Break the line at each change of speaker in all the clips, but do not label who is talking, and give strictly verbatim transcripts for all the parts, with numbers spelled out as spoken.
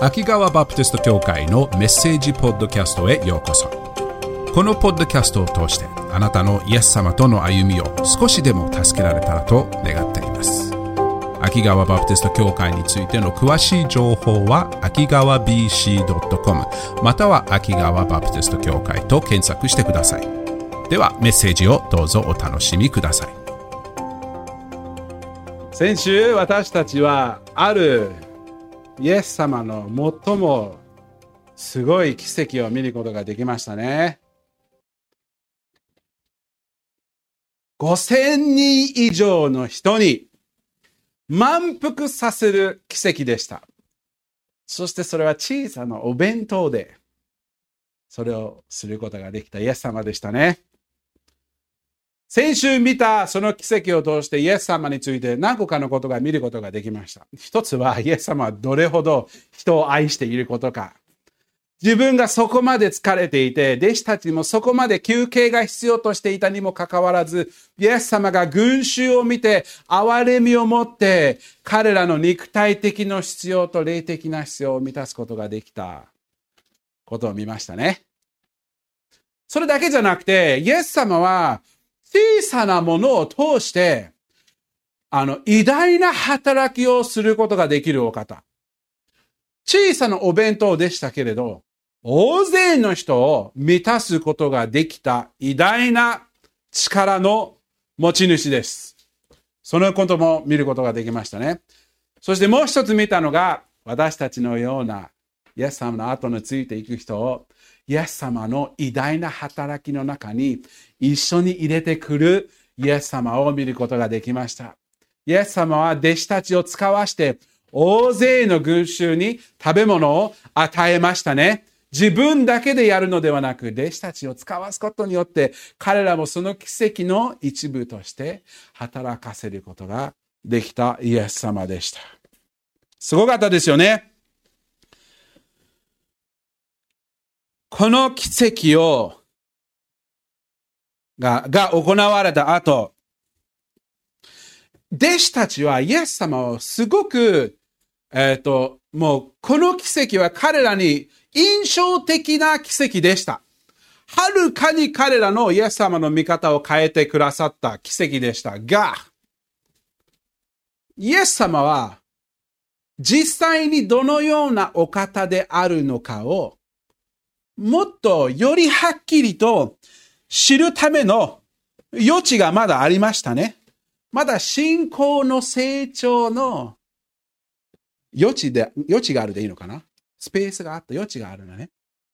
秋川バプテスト教会のメッセージポッドキャストへようこそ。このポッドキャストを通してあなたのイエス様との歩みを少しでも助けられたらと願っています。秋川バプテスト教会についての詳しい情報は秋川 ビーシードットコム または秋川バプテスト教会と検索してください。ではメッセージをどうぞお楽しみください。
先週私たちはあるイエス様の最もすごい奇跡を見ることができましたね。ごせんにん以上の人に満腹させる奇跡でした。そしてそれは小さなお弁当でそれをすることができたイエス様でしたね。先週見たその奇跡を通してイエス様について何個かのことが見ることができました。一つはイエス様はどれほど人を愛していることか。自分がそこまで疲れていて、弟子たちもそこまで休憩が必要としていたにもかかわらず、イエス様が群衆を見て憐れみを持って彼らの肉体的な必要と霊的な必要を満たすことができたことを見ましたね。それだけじゃなくて、イエス様は小さなものを通して、あの、偉大な働きをすることができるお方。小さなお弁当でしたけれど、大勢の人を満たすことができた偉大な力の持ち主です。そのことも見ることができましたね。そしてもう一つ見たのが、私たちのようなイエス様の後についていく人を、イエス様の偉大な働きの中に一緒に入れてくるイエス様を見ることができました。イエス様は弟子たちを使わして大勢の群衆に食べ物を与えましたね。自分だけでやるのではなく、弟子たちを使わすことによって彼らもその奇跡の一部として働かせることができたイエス様でした。すごかったですよね。この奇跡をが、が行われた後、弟子たちはイエス様をすごく、えっと、もうこの奇跡は彼らに印象的な奇跡でした。はるかに彼らのイエス様の見方を変えてくださった奇跡でしたが、イエス様は実際にどのようなお方であるのかをもっとよりはっきりと知るための余地がまだありましたね。まだ信仰の成長の余地で、余地があるでいいのかな？スペースがあった余地があるのね。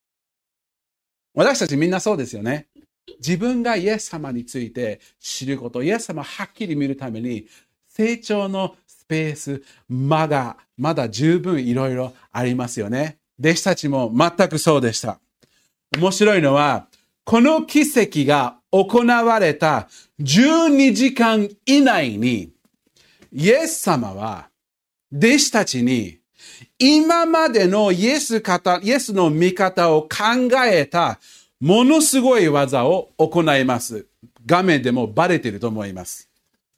私たちみんなそうですよね。自分がイエス様について知ること、イエス様をはっきり見るために成長のスペース、間がまだ十分いろいろありますよね。弟子たちも全くそうでした。面白いのは、この奇跡が行われたじゅうにじかん以内に、イエス様は弟子たちに今までのイエス方、イエスの見方を考えたものすごい技を行います。画面でもバレていると思います。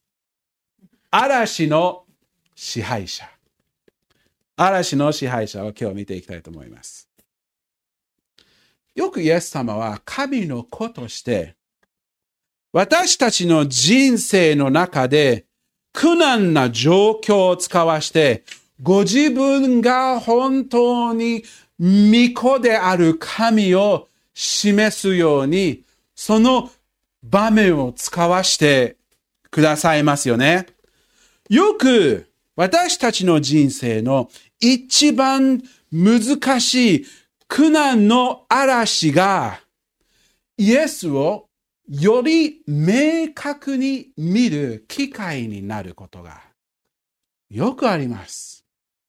嵐の支配者。嵐の支配者を今日見ていきたいと思います。よくイエス様は神の子として私たちの人生の中で苦難な状況を使わしてご自分が本当に御子である神を示すようにその場面を使わしてくださいますよね。よく私たちの人生の一番難しい苦難の嵐がイエスをより明確に見る機会になることがよくあります。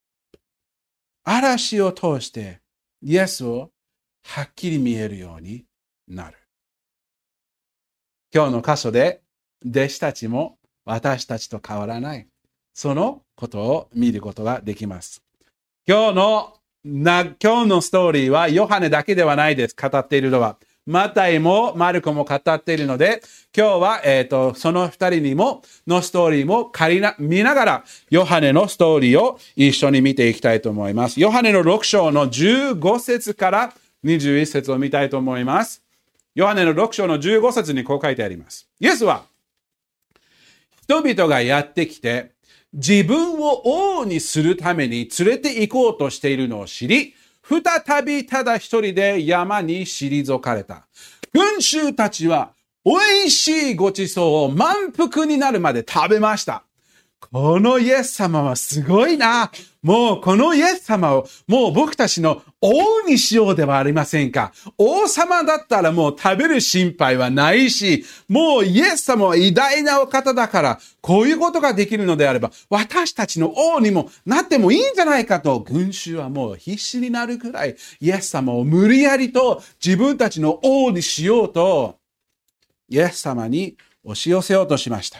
嵐を通してイエスをはっきり見えるようになる。今日の箇所で弟子たちも私たちと変わらないそのことを見ることができます。今日のな今日のストーリーはヨハネだけではないです。語っているのはマタイもマルコも語っているので、今日は、えっと、その二人にも、のストーリーも借りな、見ながら、ヨハネのストーリーを一緒に見ていきたいと思います。ヨハネのろく章のじゅうご節からにじゅういち節を見たいと思います。ヨハネのろく章のじゅうご節にこう書いてあります。イエスは、人々がやってきて、自分を王にするために連れて行こうとしているのを知り、再びただ一人で山に退かれた。群衆たちは、美味しいごちそうを満腹になるまで食べました。このイエス様はすごいな。もうこのイエス様をもう僕たちの王にしようではありませんか。王様だったらもう食べる心配はないし、もうイエス様は偉大なお方だから、こういうことができるのであれば、私たちの王にもなってもいいんじゃないかと、群衆はもう必死になるくらい、イエス様を無理やりと自分たちの王にしようと、イエス様に押し寄せようとしました。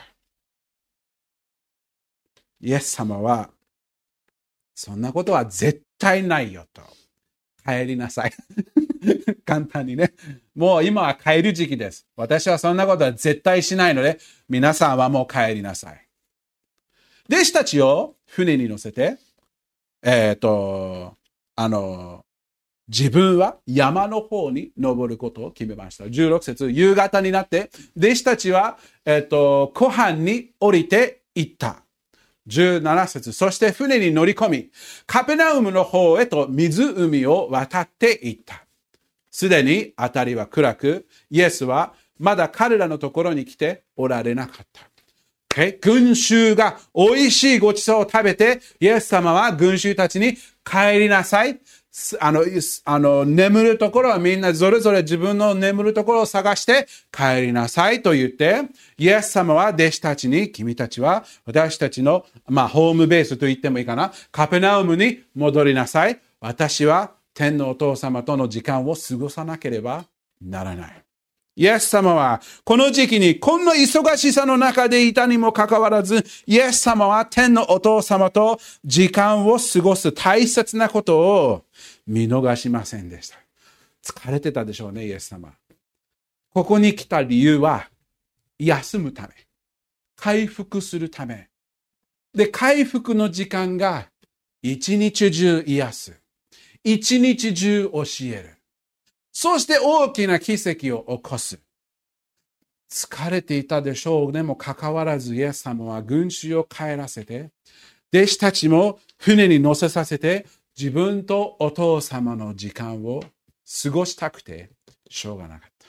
イエス様は、そんなことは絶対ないよと。帰りなさい。簡単にね。もう今は帰る時期です。私はそんなことは絶対しないので、皆さんはもう帰りなさい。弟子たちを船に乗せて、えっと、あの、自分は山の方に登ることを決めました。じゅうろく節、夕方になって、弟子たちは、えっと、湖畔に降りて行った。じゅうなな節、そして船に乗り込み、カペナウムの方へと湖を渡って行った。すでに辺りは暗く、イエスはまだ彼らのところに来ておられなかった。Okay? 群衆が美味しいごちそうを食べて、イエス様は群衆たちに帰りなさい。あの、あの、眠るところはみんなそれぞれ自分の眠るところを探して帰りなさいと言って、イエス様は弟子たちに、君たちは私たちの、まあ、ホームベースと言ってもいいかな、カペナウムに戻りなさい。私は天のお父様との時間を過ごさなければならない。イエス様はこの時期にこんな忙しさの中でいたにもかかわらず、イエス様は天のお父様と時間を過ごす大切なことを見逃しませんでした。疲れてたでしょうね、イエス様。ここに来た理由は、休むため、回復するため。で、回復の時間が一日中癒す。一日中教える。そして大きな奇跡を起こす。疲れていたでしょう。でもかかわらずイエス様は群衆を帰らせて、弟子たちも船に乗せさせて、自分とお父様の時間を過ごしたくてしょうがなかった。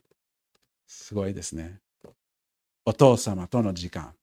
すごいですね。お父様との時間。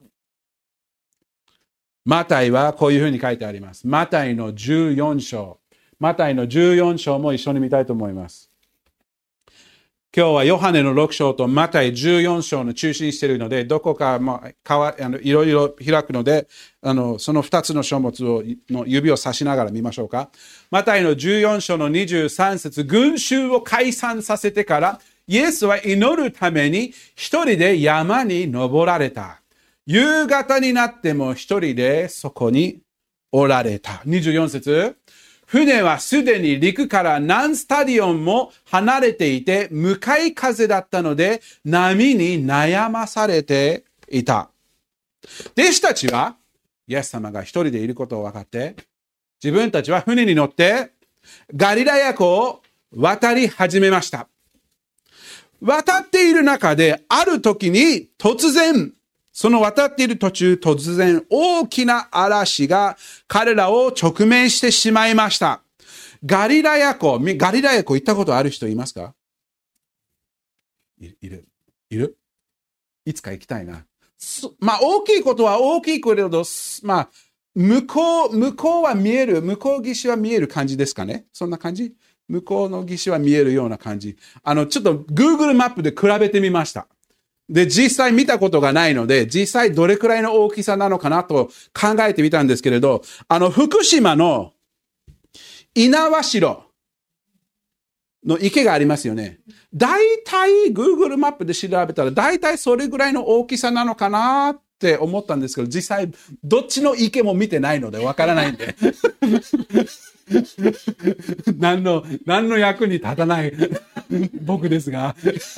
マタイはこういうふうに書いてあります。マタイのじゅうよん章。マタイのじゅうよん章も一緒に見たいと思います。今日はヨハネのろく章とマタイじゅうよん章の中心しているので、どこかもかわあのいろいろ開くので、あのそのふたつの書物をの指を差しながら見ましょうか。マタイのじゅうよん章のにじゅうさん節、群衆を解散させてから、イエスは祈るために一人で山に登られた。夕方になっても一人でそこにおられた。にじゅうよん節、船はすでに陸から何スタディオンも離れていて、向かい風だったので、波に悩まされていた。弟子たちは、イエス様が一人でいることを分かって、自分たちは船に乗って、ガリラヤ湖を渡り始めました。渡っている中で、ある時に突然、その渡っている途中、突然大きな嵐が彼らを直面してしまいました。ガリラヤ湖、ガリラヤ湖行ったことある人いますか？いる、いる、いるいつか行きたいな。まあ大きいことは大きいけれど、まあ向こう、向こうは見える、向こう岸は見える感じですかね？そんな感じ？向こうの岸は見えるような感じ。あの、ちょっと Google マップで比べてみました。で、実際見たことがないので、実際どれくらいの大きさなのかなと考えてみたんですけれど、あの、福島の猪苗代の池がありますよね。大体 Google マップで調べたら、大体それぐらいの大きさなのかなって思ったんですけど、実際どっちの池も見てないのでわからないんで。 何の、何の役に立たない僕ですが。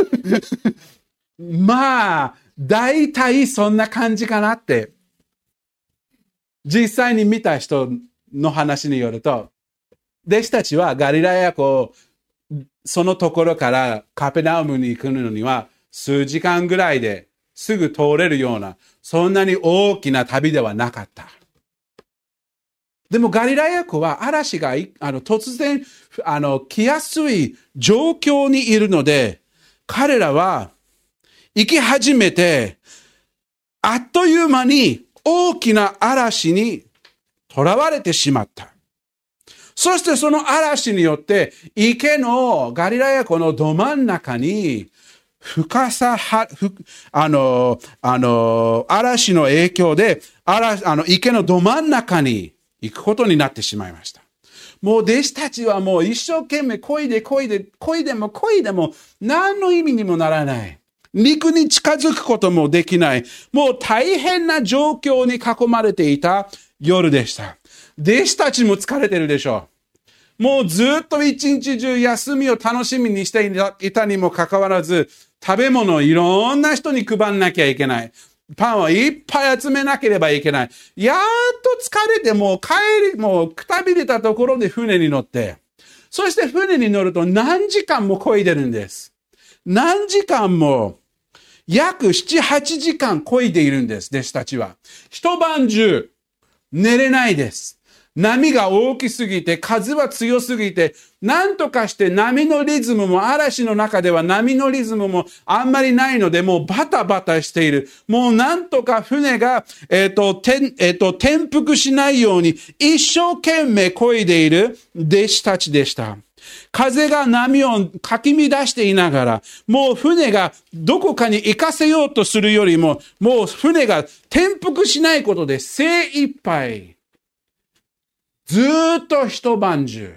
まあ、大体そんな感じかなって。実際に見た人の話によると、弟子たちはガリラヤ湖、そのところからカペナウムに行くのには数時間ぐらいですぐ通れるような、そんなに大きな旅ではなかった。でもガリラヤ湖は嵐があの突然あの来やすい状況にいるので、彼らは行き始めて、あっという間に大きな嵐に囚われてしまった。そしてその嵐によって池のガリラヤ湖のど真ん中に深さは、あの、あの、嵐の影響で、嵐、あの、池のど真ん中に行くことになってしまいました。もう弟子たちはもう一生懸命漕いで漕いで、漕いでも漕いでも何の意味にもならない。陸に近づくこともできない。もう大変な状況に囲まれていた夜でした。弟子たちも疲れてるでしょう。もうずっと一日中休みを楽しみにしていたにもかかわらず、食べ物をいろんな人に配んなきゃいけない。パンをいっぱい集めなければいけない。やっと疲れてもう帰り、もうくたびれたところで船に乗って、そして船に乗ると何時間も漕いでるんです。何時間も、約なな、はちじかん漕いでいるんです、弟子たちは。一晩中、寝れないです。波が大きすぎて、風は強すぎて、なんとかして波のリズムも、嵐の中では波のリズムもあんまりないので、もうバタバタしている。もうなんとか船が、えっと、てえっと、転覆しないように、一生懸命漕いでいる弟子たちでした。風が波をかき乱していながら、もう船がどこかに行かせようとするよりも、もう船が転覆しないことで精一杯。ずーっと一晩中、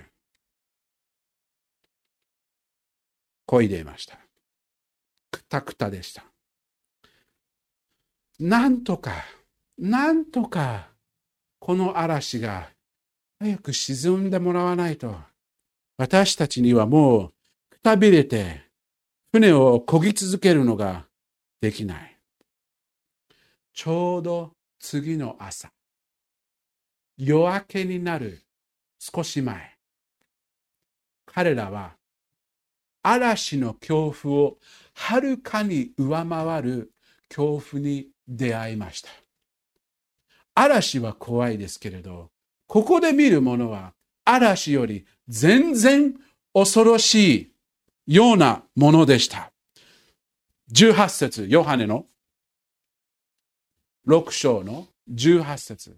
漕いでいました。くたくたでした。なんとか、なんとか、この嵐が早く沈んでもらわないと、私たちにはもうくたびれて、船を漕ぎ続けるのができない。ちょうど次の朝、夜明けになる少し前、彼らは嵐の恐怖をはるかに上回る恐怖に出会いました。嵐は怖いですけれど、ここで見るものは嵐より全然恐ろしいようなものでした。じゅうはち節、ヨハネのろく章のじゅうはち節。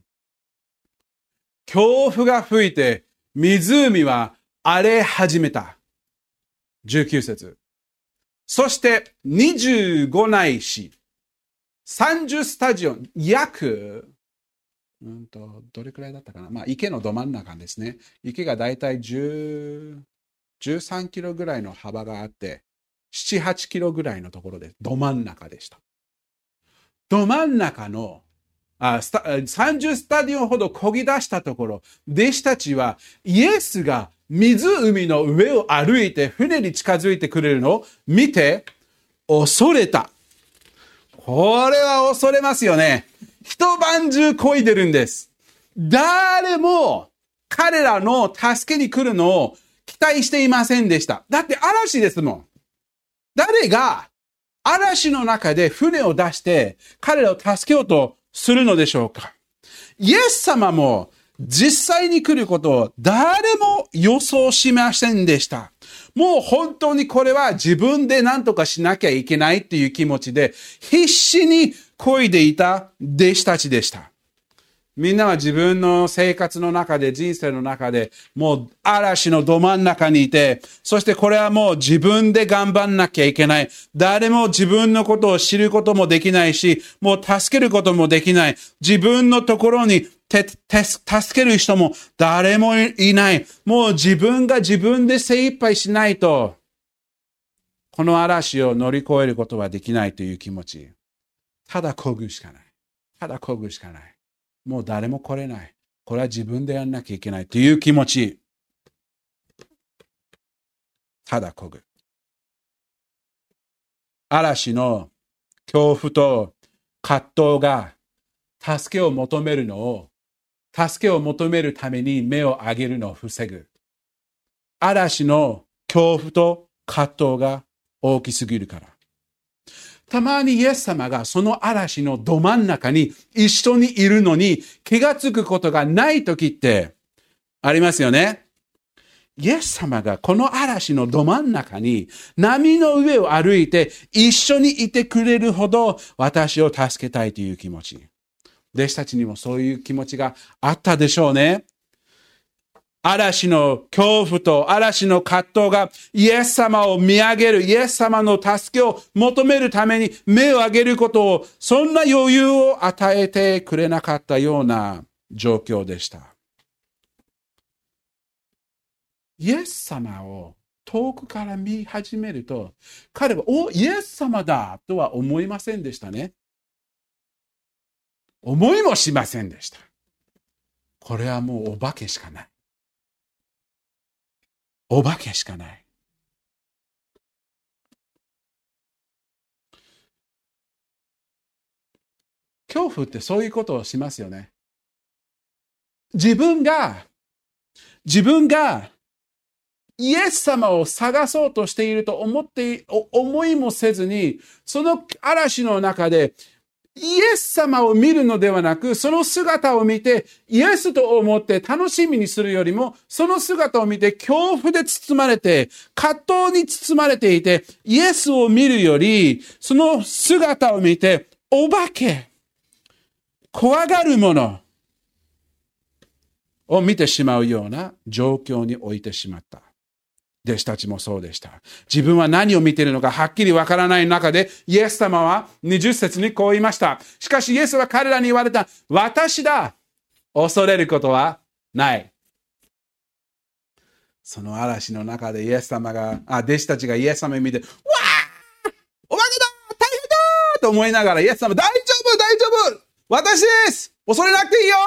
強風が吹いて湖は荒れ始めた。じゅうきゅう節。そしてにじゅうごないしさんじゅうスタジオン、約、うんと、どれくらいだったかな。まあ、池のど真ん中ですね。池がだいたいじゅう、じゅうさんキロぐらいの幅があって、なな、はちキロぐらいのところで、ど真ん中でした。ど真ん中の、あスタさんじゅうスタディオンほど漕ぎ出したところ、弟子たちはイエスが湖の上を歩いて船に近づいてくれるのを見て恐れた。これは恐れますよね。一晩中漕いでるんです。誰も彼らの助けに来るのを期待していませんでした。だって嵐ですもん。誰が嵐の中で船を出して彼らを助けようとするのでしょうか。イエス様も実際に来ることを誰も予想しませんでした。もう本当にこれは自分で何とかしなきゃいけないっていう気持ちで必死に漕いでいた弟子たちでした。みんなは自分の生活の中で、人生の中でもう嵐のど真ん中にいて、そしてこれはもう自分で頑張んなきゃいけない。誰も自分のことを知ることもできないし、もう助けることもできない。自分のところにてて助ける人も誰もいない。もう自分が自分で精一杯しないと、この嵐を乗り越えることはできないという気持ち。ただ漕ぐしかない。ただ漕ぐしかない。もう誰も来れない。これは自分でやんなきゃいけないという気持ち。 ただ漕ぐ。嵐の恐怖と葛藤が助けを求めるのを、助けを求めるために目を上げるのを防ぐ。嵐の恐怖と葛藤が大きすぎるから。たまにイエス様がその嵐のど真ん中に一緒にいるのに気がつくことがない時ってありますよね。イエス様がこの嵐のど真ん中に波の上を歩いて一緒にいてくれるほど私を助けたいという気持ち。弟子たちにもそういう気持ちがあったでしょうね。嵐の恐怖と嵐の葛藤がイエス様を見上げる、イエス様の助けを求めるために目を上げることを、そんな余裕を与えてくれなかったような状況でした。イエス様を遠くから見始めると、彼は、お、イエス様だとは思いませんでしたね。思いもしませんでした。これはもうお化けしかない。お化けしかない。恐怖ってそういうことをしますよね。自分が、自分がイエス様を探そうとしていると思って、思いもせずに、その嵐の中で、イエス様を見るのではなく、その姿を見て、イエスと思って楽しみにするよりも、その姿を見て恐怖で包まれて、葛藤に包まれていて、イエスを見るより、その姿を見て、お化け、怖がるものを見てしまうような状況に置いてしまった。弟子たちもそうでした。自分は何を見ているのかはっきりわからない中で、イエス様はにじゅっ節にこう言いました。しかしイエスは彼らに言われた。私だ。恐れることはない。その嵐の中でイエス様が、あ、弟子たちがイエス様を見て、わーお化けだ大変だと思いながら、イエス様、大丈夫大丈夫私です恐れなくていいよ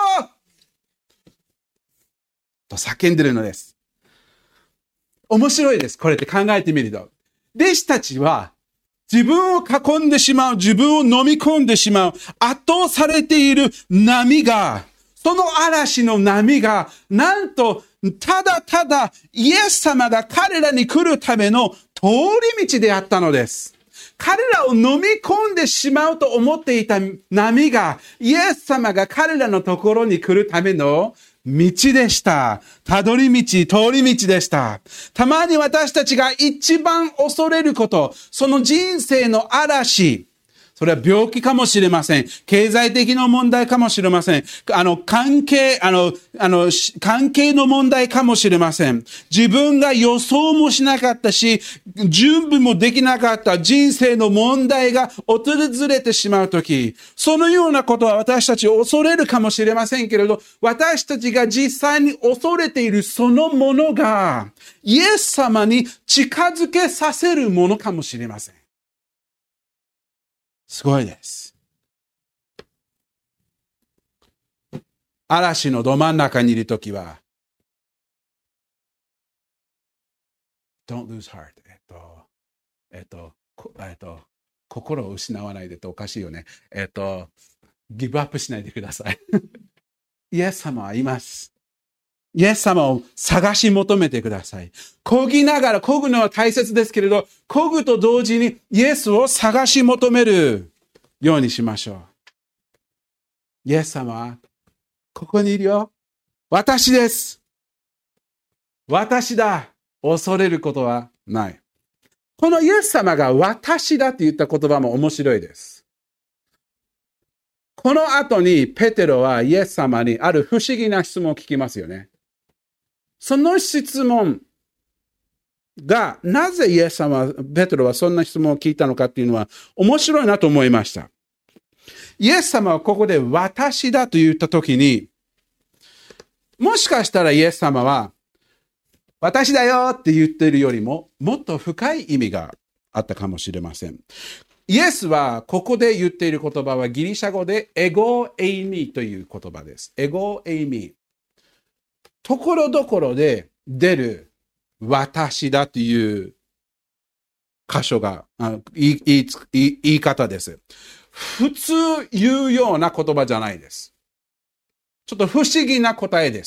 と叫んでるのです。面白いです。これって考えてみると。弟子たちは自分を囲んでしまう、自分を飲み込んでしまう、圧倒されている波が、その嵐の波が、なんと、ただただイエス様が彼らに来るための通り道であったのです。彼らを飲み込んでしまうと思っていた波が、イエス様が彼らのところに来るための道でした。たどり道、通り道でした。たまに私たちが一番恐れること、その人生の嵐、それは病気かもしれません。経済的な問題かもしれません。あの、関係、あの、あの、関係の問題かもしれません。自分が予想もしなかったし、準備もできなかった人生の問題が訪れてしまうとき、そのようなことは私たち恐れるかもしれませんけれど、私たちが実際に恐れているそのものが、イエス様に近づけさせるものかもしれません。すごいです。嵐のど真ん中にいるときは、don't lose heart。えっと、えっと、えっと、心を失わないでっておかしいよね。えっと、ギブアップしないでください。イエス様はいます。イエス様を探し求めてください。漕ぎながら、漕ぐのは大切ですけれど、漕ぐと同時にイエスを探し求めるようにしましょう。イエス様は、ここにいるよ。私です。私だ。恐れることはない。このイエス様が私だって言った言葉も面白いです。この後にペテロはイエス様にある不思議な質問を聞きますよね。その質問が、なぜイエス様、ペテロはそんな質問を聞いたのかっていうのは面白いなと思いました。イエス様はここで私だと言ったときに、もしかしたらイエス様は、私だよって言っているよりも、もっと深い意味があったかもしれません。イエスはここで言っている言葉はギリシャ語でエゴエイミという言葉です。エゴエイミ。ところどころで出る私だという箇所が、言い、言い、言い方です。普通言うような言葉じゃないです。ちょっと不思議な答えです。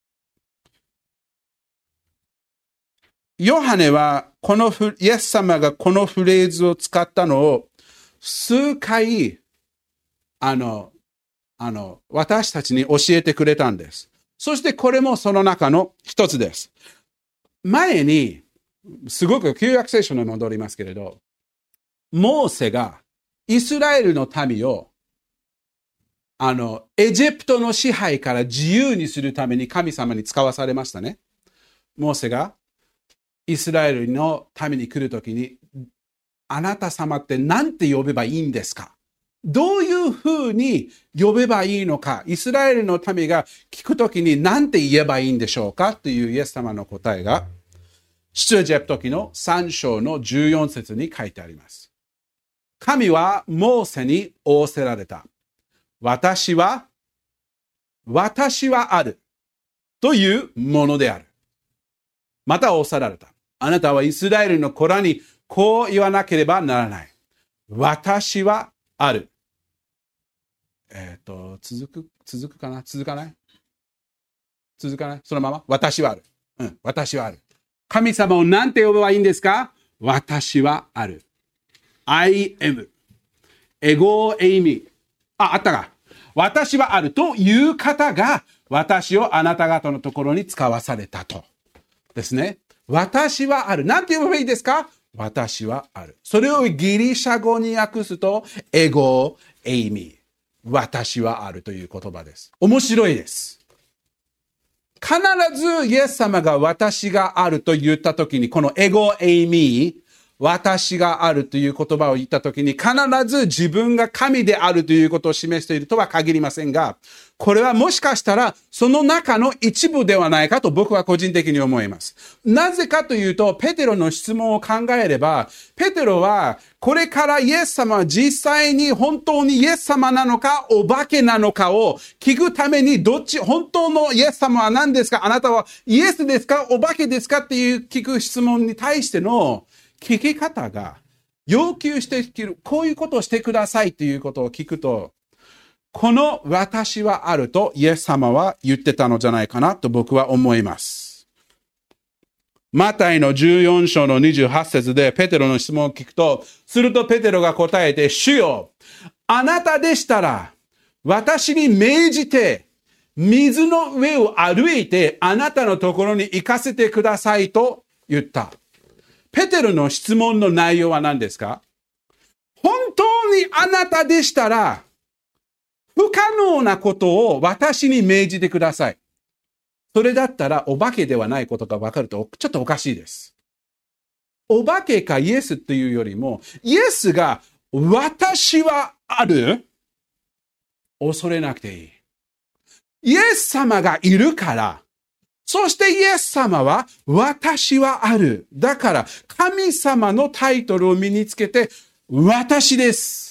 ヨハネは、このフ、イエス様がこのフレーズを使ったのを、数回、あの、あの、私たちに教えてくれたんです。そしてこれもその中の一つです。前に、すごく旧約聖書に戻りますけれど、モーセがイスラエルの民を、あの、エジプトの支配から自由にするために神様に使わされましたね。モーセがイスラエルの民に来るときに、あなた様って何て呼べばいいんですか？どういうふうに呼べばいいのか、イスラエルの民が聞くときに何て言えばいいんでしょうかというイエス様の答えが、出エジプト記のさん章のじゅうよん節に書いてあります。神はモーセに仰せられた。私は、私はあるというものである。また仰せられた。あなたはイスラエルの子らにこう言わなければならない。私はある。えっと、続く、続くかな？続かない？続かない？そのまま私はある。うん、私はある。神様を何て呼べばいいんですか？私はある。I am. エゴエイミー。あ、あったか。私はあるという方が私をあなた方のところに使わされたと。ですね。私はある。何て呼べばいいですか？私はある。それをギリシャ語に訳すと、エゴエイミー。私はあるという言葉です。面白いです。必ずイエス様が私があると言ったときに、このエゴエイミー、私があるという言葉を言ったときに、必ず自分が神であるということを示しているとは限りませんが、これはもしかしたらその中の一部ではないかと僕は個人的に思います。なぜかというと、ペテロの質問を考えれば、ペテロはこれからイエス様は実際に本当にイエス様なのかお化けなのかを聞くために、どっち、本当のイエス様は何ですか？あなたはイエスですか？お化けですか？っていう聞く質問に対しての聞き方が要求してきる、こういうことをしてくださいということを聞くと、この私はあるとイエス様は言ってたのじゃないかなと僕は思います。マタイのじゅうよん章のにじゅうはち節でペテロの質問を聞くと、するとペテロが答えて、主よ、あなたでしたら私に命じて水の上を歩いてあなたのところに行かせてくださいと言った。ペテロの質問の内容は何ですか？本当にあなたでしたら、不可能なことを私に命じてください。それだったらお化けではないことが分かるとちょっとおかしいです。お化けかイエスっていうよりも、イエスが私はある？恐れなくていい。イエス様がいるから、そしてイエス様は私はある。だから神様のタイトルを身につけて私です。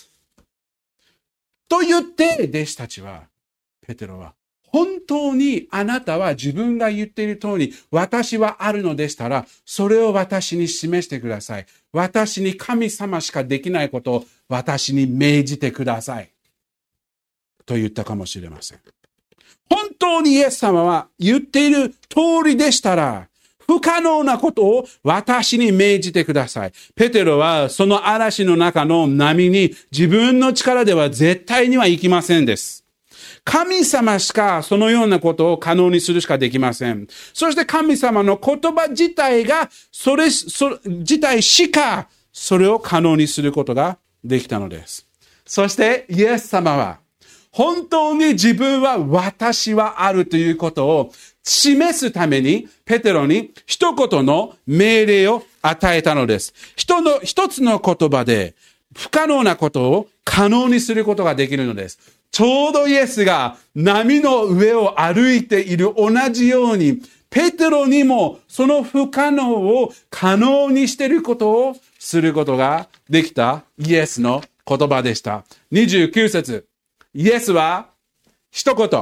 と言って弟子たちは、ペテロは本当にあなたは自分が言っている通り私はあるのでしたら、それを私に示してください。私に神様しかできないことを私に命じてください。と言ったかもしれません。本当にイエス様は言っている通りでしたら、不可能なことを私に命じてください。ペテロはその嵐の中の波に自分の力では絶対には行きませんです。神様しかそのようなことを可能にするしかできません。そして神様の言葉自体が、それ、そ自体しかそれを可能にすることができたのです。そしてイエス様は、本当に自分は私はあるということを示すために、ペテロに一言の命令を与えたのです。人の一つの言葉で不可能なことを可能にすることができるのです。ちょうどイエスが波の上を歩いている同じように、ペテロにもその不可能を可能にしていることをすることができたイエスの言葉でした。にじゅうきゅう節。イエスは一言、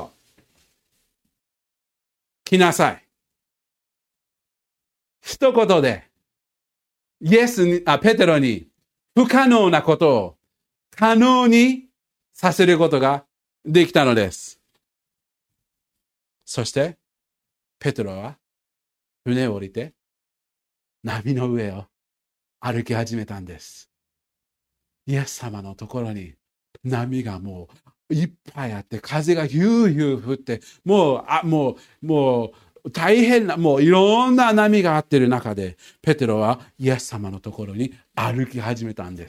来なさい。一言でイエスに、あ、ペテロに不可能なことを可能にさせることができたのです。そして、ペテロは船を降りて波の上を歩き始めたんです。イエス様のところに波がもういっぱいあって、風がヒューヒュー降って、もう、あ、もう、もう大変な、もういろんな波があっている中で、ペテロはイエス様のところに歩き始めたんです。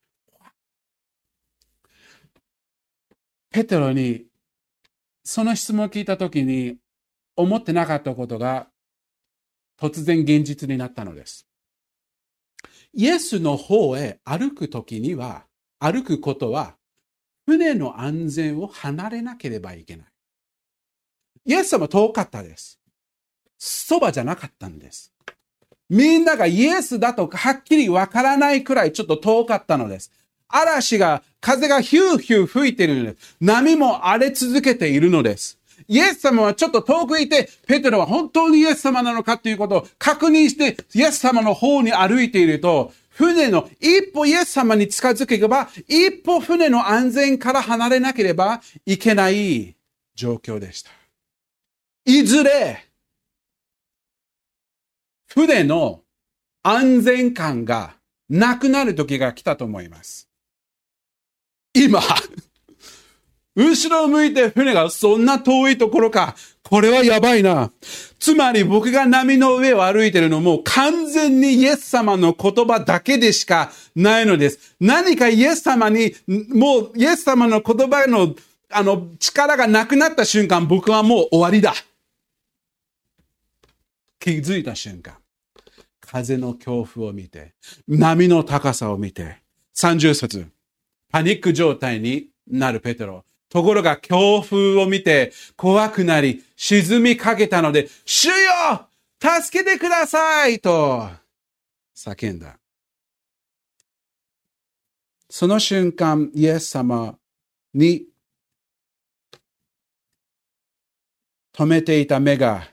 ペテロにその質問を聞いたときに思ってなかったことが突然現実になったのです。イエスの方へ歩くときには、歩くことは船の安全を離れなければいけない。イエス様遠かったです。そばじゃなかったんです。みんながイエスだとはっきりわからないくらいちょっと遠かったのです。嵐が、風がヒューヒュー吹いているのです。波も荒れ続けているのです。イエス様はちょっと遠くいて、ペテロは本当にイエス様なのかということを確認して、イエス様の方に歩いていると、船の一歩イエス様に近づけば、一歩船の安全から離れなければいけない状況でした。いずれ、船の安全感がなくなる時が来たと思います。今、後ろを向いて船がそんな遠いところか、これはやばいな。つまり僕が波の上を歩いているのも完全にイエス様の言葉だけでしかないのです。何かイエス様に、もうイエス様の言葉のあの力がなくなった瞬間、僕はもう終わりだ。気づいた瞬間、風の恐怖を見て、波の高さを見て、さんじゅう節、パニック状態になるペテロ。ところが強風を見て怖くなり沈みかけたので、主よ助けてくださいと叫んだ。その瞬間、イエス様に止めていた目が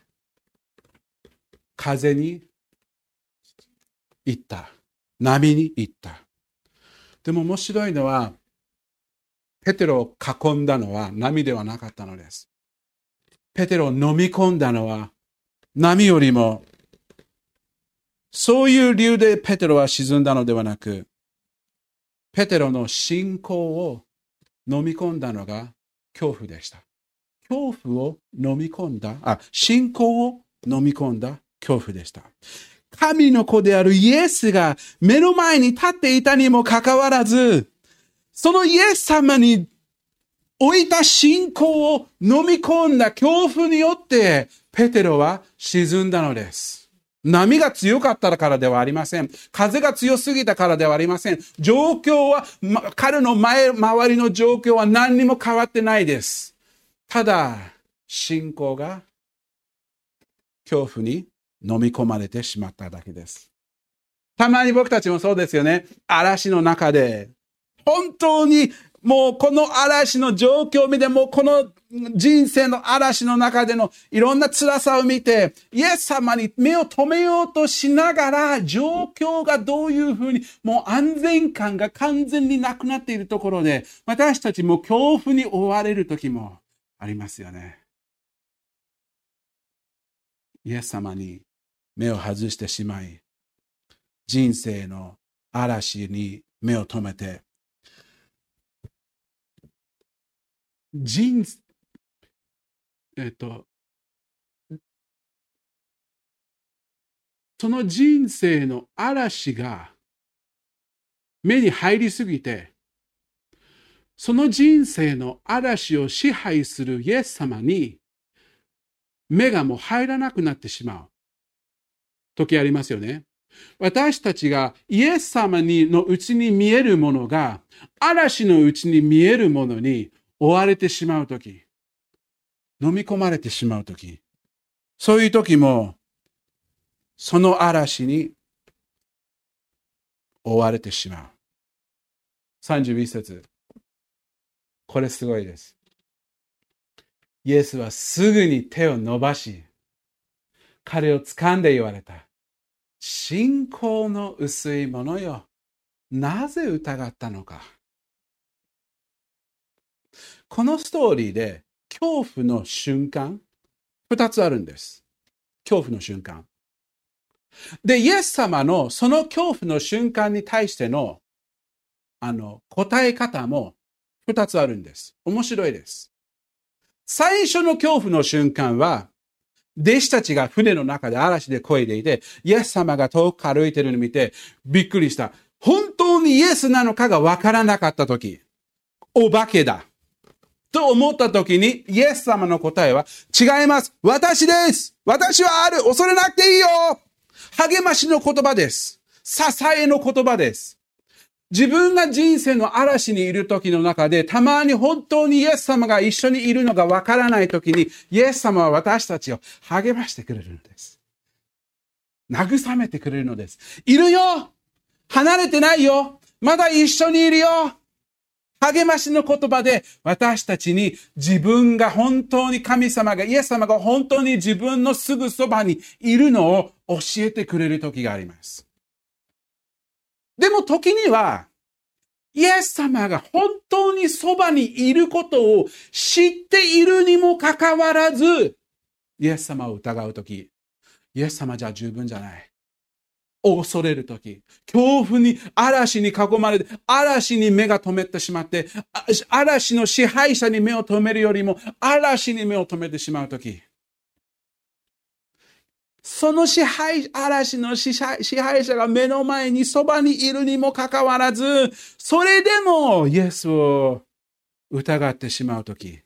風に行った。波に行った。でも面白いのは、ペテロを囲んだのは波ではなかったのです。ペテロを飲み込んだのは波よりも、そういう理由でペテロは沈んだのではなく、ペテロの信仰を飲み込んだのが恐怖でした。恐怖を飲み込んだ、あ、信仰を飲み込んだ恐怖でした。神の子であるイエスが目の前に立っていたにもかかわらず、そのイエス様に置いた信仰を飲み込んだ恐怖によって、ペテロは沈んだのです。波が強かったからではありません。風が強すぎたからではありません。状況は、ま、彼の前、周りの状況は何にも変わってないです。ただ、信仰が恐怖に飲み込まれてしまっただけです。たまに僕たちもそうですよね。嵐の中で、本当にもうこの嵐の状況を見て、もうこの人生の嵐の中でのいろんな辛さを見て、イエス様に目を留めようとしながら、状況がどういうふうに、もう安全感が完全になくなっているところで、私たちも恐怖に追われる時もありますよね。イエス様に目を外してしまい、人生の嵐に目を留めて、人、えっと、その人生の嵐が目に入りすぎて、その人生の嵐を支配するイエス様に目がもう入らなくなってしまう時ありますよね。私たちがイエス様にのうちに見えるものが嵐のうちに見えるものに追われてしまうとき、飲み込まれてしまうとき、そういうときも、その嵐に追われてしまう。さんじゅういち節。これすごいです。イエスはすぐに手を伸ばし、彼を掴んで言われた。 信仰の薄いものよ。なぜ疑ったのか。このストーリーで恐怖の瞬間、二つあるんです。恐怖の瞬間。で、イエス様のその恐怖の瞬間に対しての、あの、答え方も二つあるんです。面白いです。最初の恐怖の瞬間は、弟子たちが船の中で嵐で漕いでいて、イエス様が遠く歩いてるのを見て、びっくりした。本当にイエスなのかがわからなかったとき、お化けだ。と思ったときに、イエス様の答えは、違います。私です。私はある。恐れなくていいよ。励ましの言葉です。支えの言葉です。自分が人生の嵐にいる時の中で、たまに本当にイエス様が一緒にいるのがわからない時に、イエス様は私たちを励ましてくれるのです。慰めてくれるのです。いるよ！離れてないよ！まだ一緒にいるよ！励ましの言葉で私たちに自分が本当に神様が、イエス様が本当に自分のすぐそばにいるのを教えてくれる時があります。でも時には、イエス様が本当にそばにいることを知っているにもかかわらず、イエス様を疑う時、イエス様じゃ十分じゃない。恐れるとき、恐怖に、嵐に囲まれて、嵐に目が止めてしまって、嵐の支配者に目を止めるよりも、嵐に目を止めてしまうとき、その支配、嵐の支配、支配者が目の前にそばにいるにもかかわらず、それでもイエスを疑ってしまうとき、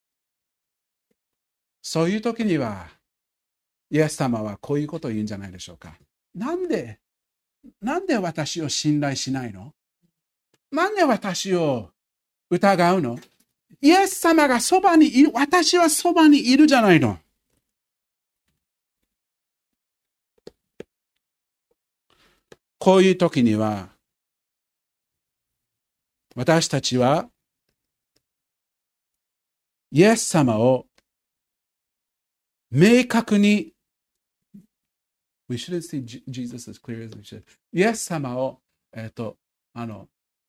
そういうときには、イエス様はこういうことを言うんじゃないでしょうか。なんで、なんで私を信頼しないの？なんで私を疑うの？イエス様がそばにいる、私はそばにいるじゃないの。こういう時には、私たちは、イエス様を明確に、We shouldn't see Jesus as clear as we should. イエス様を、えっと、あの、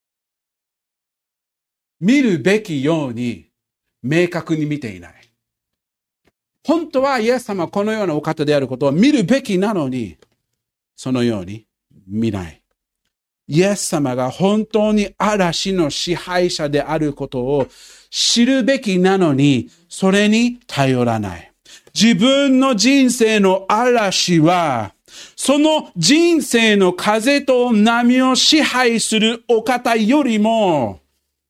見るべきように明確に見ていない。本当はイエス様はこのようなお方であることを見るべきなのに、そのように見ない。イエス様が本当に嵐の支配者であることを知るべきなのに、それに頼らない。自分の人生の嵐は、その人生の風と波を支配するお方よりも、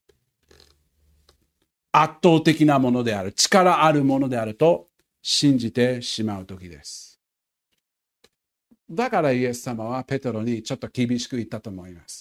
圧倒的なものである、力あるものであると信じてしまうときです。だからイエス様はペテロにちょっと厳しく言ったと思います。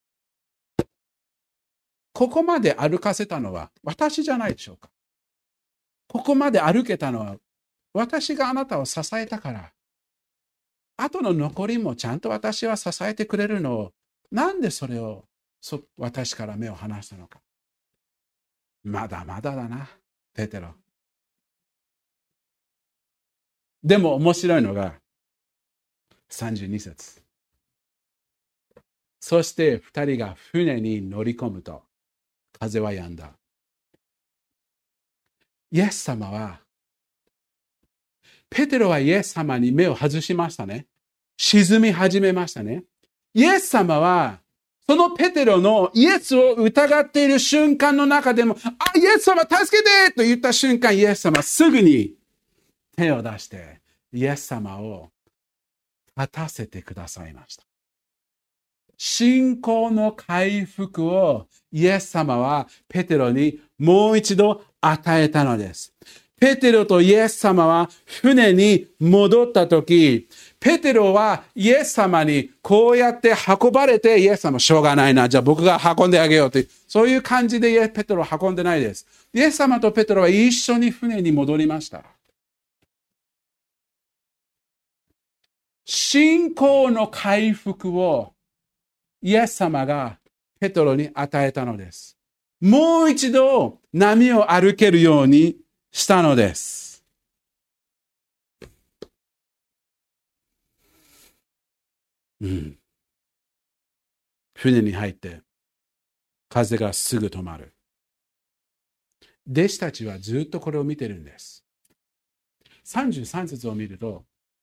ここまで歩かせたのは私じゃないでしょうか。ここまで歩けたのは私があなたを支えたから。後の残りもちゃんと私は支えてくれるのを、なんでそれをそ私から目を離したのか。まだまだだな、ペテロ。でも面白いのがさんじゅうに節。そして二人が船に乗り込むと風は止んだ。イエス様は、ペテロはイエス様に目を外しましたね。沈み始めましたね。イエス様は、そのペテロのイエスを疑っている瞬間の中でも、あ、イエス様助けてと言った瞬間、イエス様はすぐに手を出して、イエス様を立たせてくださいました。信仰の回復をイエス様はペテロにもう一度与えたのです。ペテロとイエス様は船に戻ったとき、ペテロはイエス様にこうやって運ばれて、イエス様しょうがないな、じゃあ僕が運んであげようという、そういう感じでペテロを運んでないです。イエス様とペテロは一緒に船に戻りました。信仰の回復をイエス様がペテロに与えたのです。もう一度波を歩けるようにしたのです。 うん、船に入って、風がすぐ止まる。弟子たちはずっとこれを見てるんです。さんじゅうさん節を見ると、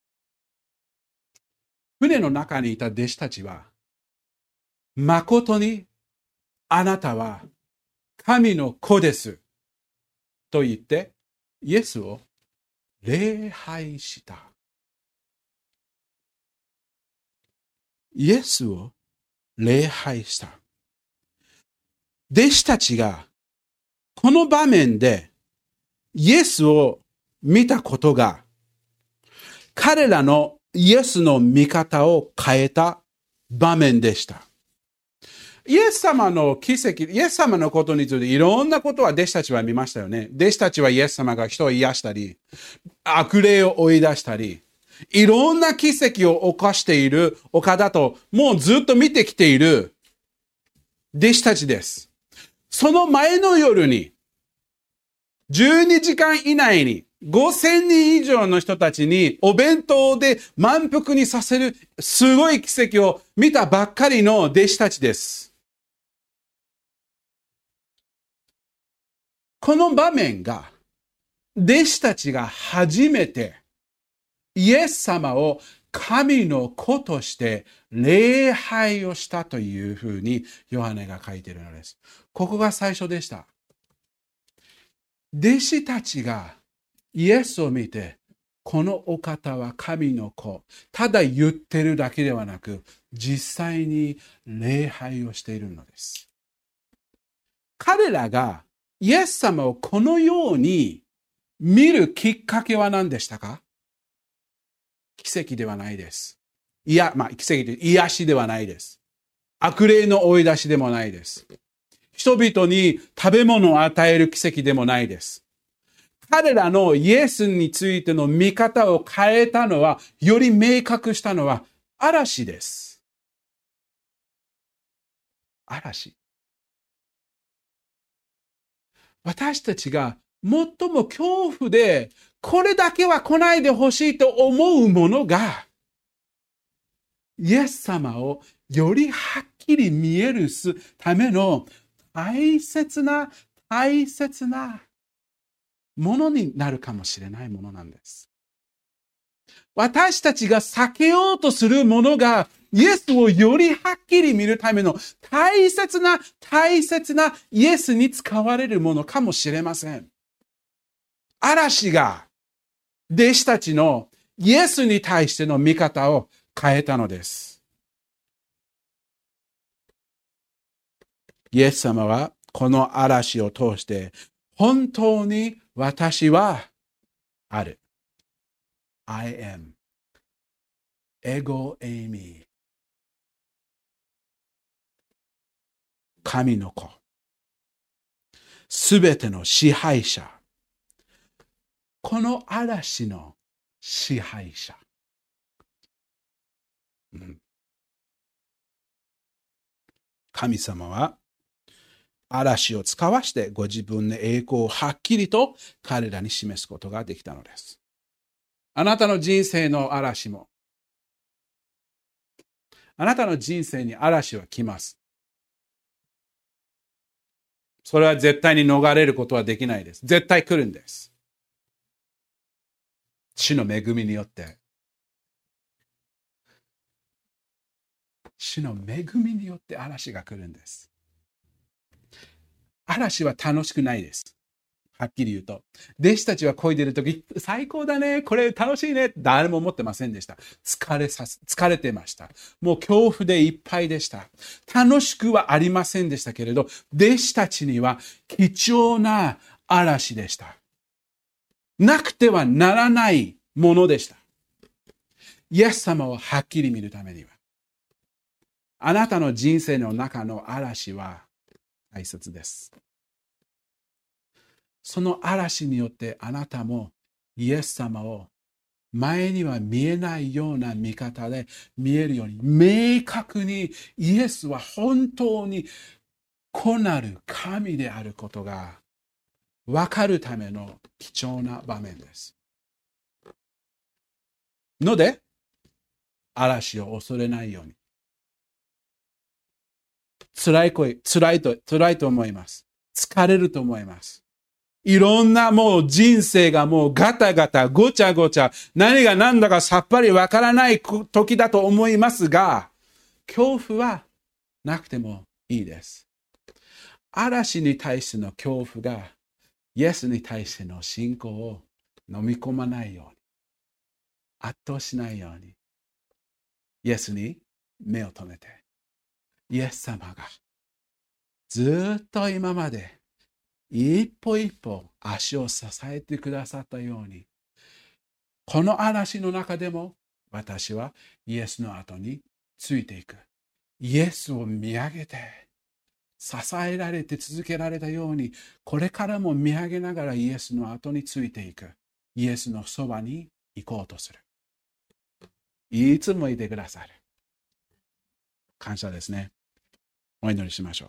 船の中にいた弟子たちは、誠にあなたは神の子ですと言って、イエスを礼拝した。イエスを礼拝した。弟子たちがこの場面でイエスを見たことが、彼らのイエスの見方を変えた場面でした。イエス様の奇跡、イエス様のことについていろんなことは弟子たちは見ましたよね。弟子たちはイエス様が人を癒したり、悪霊を追い出したり、いろんな奇跡を起こしている岡田と、もうずっと見てきている弟子たちです。その前の夜に、じゅうにじかん以内にごせんにん以上の人たちにお弁当で満腹にさせるすごい奇跡を見たばっかりの弟子たちです。この場面が、弟子たちが初めてイエス様を神の子として礼拝をしたというふうにヨハネが書いているのです。ここが最初でした。弟子たちがイエスを見て、このお方は神の子、ただ言ってるだけではなく、実際に礼拝をしているのです。彼らがイエス様をこのように見るきっかけは何でしたか？奇跡ではないです。いや、まあ、奇跡で癒しではないです。悪霊の追い出しでもないです。人々に食べ物を与える奇跡でもないです。彼らのイエスについての見方を変えたのは、より明確したのは嵐です。嵐。私たちが最も恐怖で、これだけは来ないでほしいと思うものが、イエス様をよりはっきり見えるための大切な、大切なものになるかもしれないものなんです。私たちが避けようとするものが、イエスをよりはっきり見るための大切な、大切なイエスに使われるものかもしれません。嵐が弟子たちのイエスに対しての見方を変えたのです。イエス様はこの嵐を通して、本当に私はある。I am. エゴエイミー。神の子。すべての支配者。この嵐の支配者。うん、神様は嵐を使わしてご自分の栄光をはっきりと彼らに示すことができたのです。あなたの人生の嵐も、あなたの人生に嵐は来ます。それは絶対に逃れることはできないです。絶対来るんです。主の恵みによって。主の恵みによって嵐が来るんです。嵐は楽しくないです。はっきり言うと。弟子たちは漕いでいるとき、最高だね、これ楽しいね、誰も思ってませんでした。疲れさす、疲れてました。もう恐怖でいっぱいでした。楽しくはありませんでしたけれど、弟子たちには貴重な嵐でした。なくてはならないものでした。イエス様をはっきり見るためには、あなたの人生の中の嵐は大切です。その嵐によってあなたもイエス様を前には見えないような見方で見えるように、明確にイエスは本当に子なる神であることが分かるための貴重な場面です。ので、 嵐を恐れないように。辛い声、辛いと、辛いと思います。疲れると思います。いろんなもう人生がもうガタガタ、ごちゃごちゃ、何が何だかさっぱりわからない時だと思いますが、恐怖はなくてもいいです。嵐に対しての恐怖が、イエスに対しての信仰を飲み込まないように、圧倒しないように、イエスに目を留めて、イエス様がずっと今まで一歩一歩足を支えてくださったように、この嵐の中でも私はイエスの後についていく。イエスを見上げて、支えられて続けられたように、これからも見上げながらイエスの後についていく。イエスのそばに行こうとする。いつもいてくださる。感謝ですね。お祈りしましょう。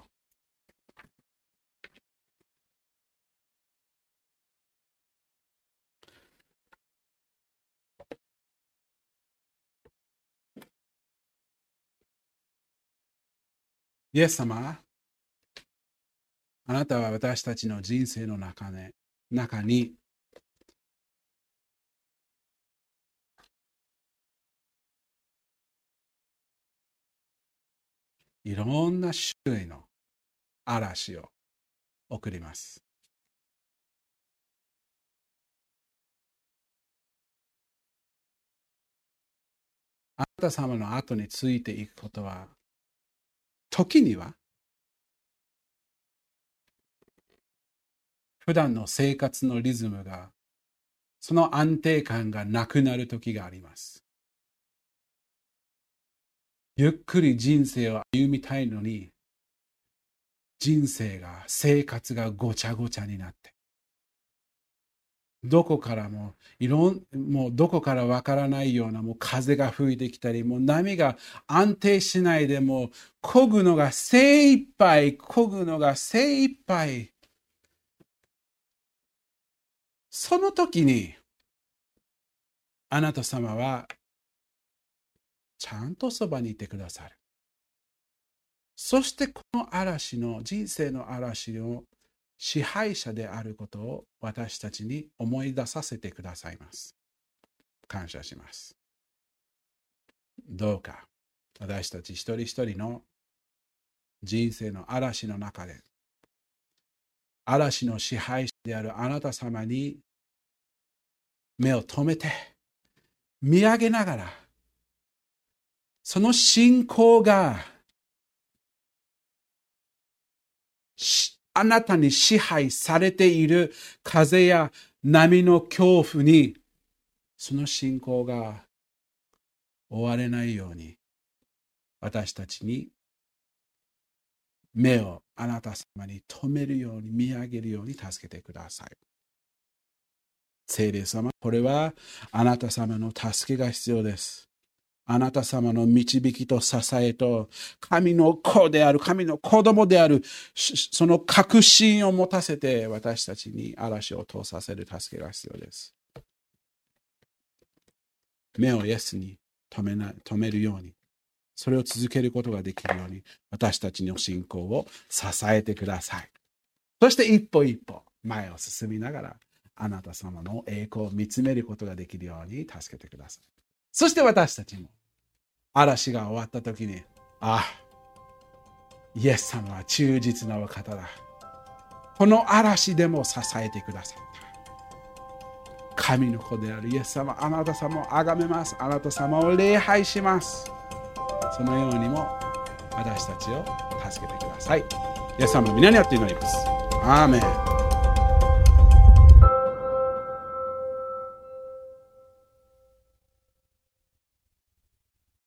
イエス様、あなたは私たちの人生の中に、中にいろんな種類の嵐を送ります。あなた様の後についていくことは、時には普段の生活のリズムが、その安定感がなくなる時があります。ゆっくり人生を歩みたいのに、人生が、生活がごちゃごちゃになって、どこからも、いろん、もうどこからわからないような、もう風が吹いてきたり、もう波が安定しないで、もう漕ぐのが精一杯、漕ぐのが精一杯。その時に、あなた様は、ちゃんとそばにいてくださる。そしてこの嵐の、人生の嵐の支配者であることを私たちに思い出させてくださいます。感謝します。どうか私たち一人一人の人生の嵐の中で、嵐の支配者であるあなた様に目を留めて、見上げながら、その信仰があなたに支配されている風や波の恐怖に、その信仰が追われないように、私たちに目をあなた様に留めるように、見上げるように助けてください。聖霊様、これはあなた様の助けが必要です。あなた様の導きと支えと、神の子である、神の子供である、その確信を持たせて、私たちに嵐を通させる助けが必要です。目をイエスに留めな、留めるように、それを続けることができるように、私たちの信仰を支えてください。そして一歩一歩前を進みながら、あなた様の栄光を見つめることができるように助けてください。そして私たちも嵐が終わった時に、ああ、イエス様は忠実なお方だ。この嵐でも支えてくださった。神の子であるイエス様、あなた様を崇めます。あなた様を礼拝します。そのようにも私たちを助けてください。イエス様の皆によって祈ります。アーメン。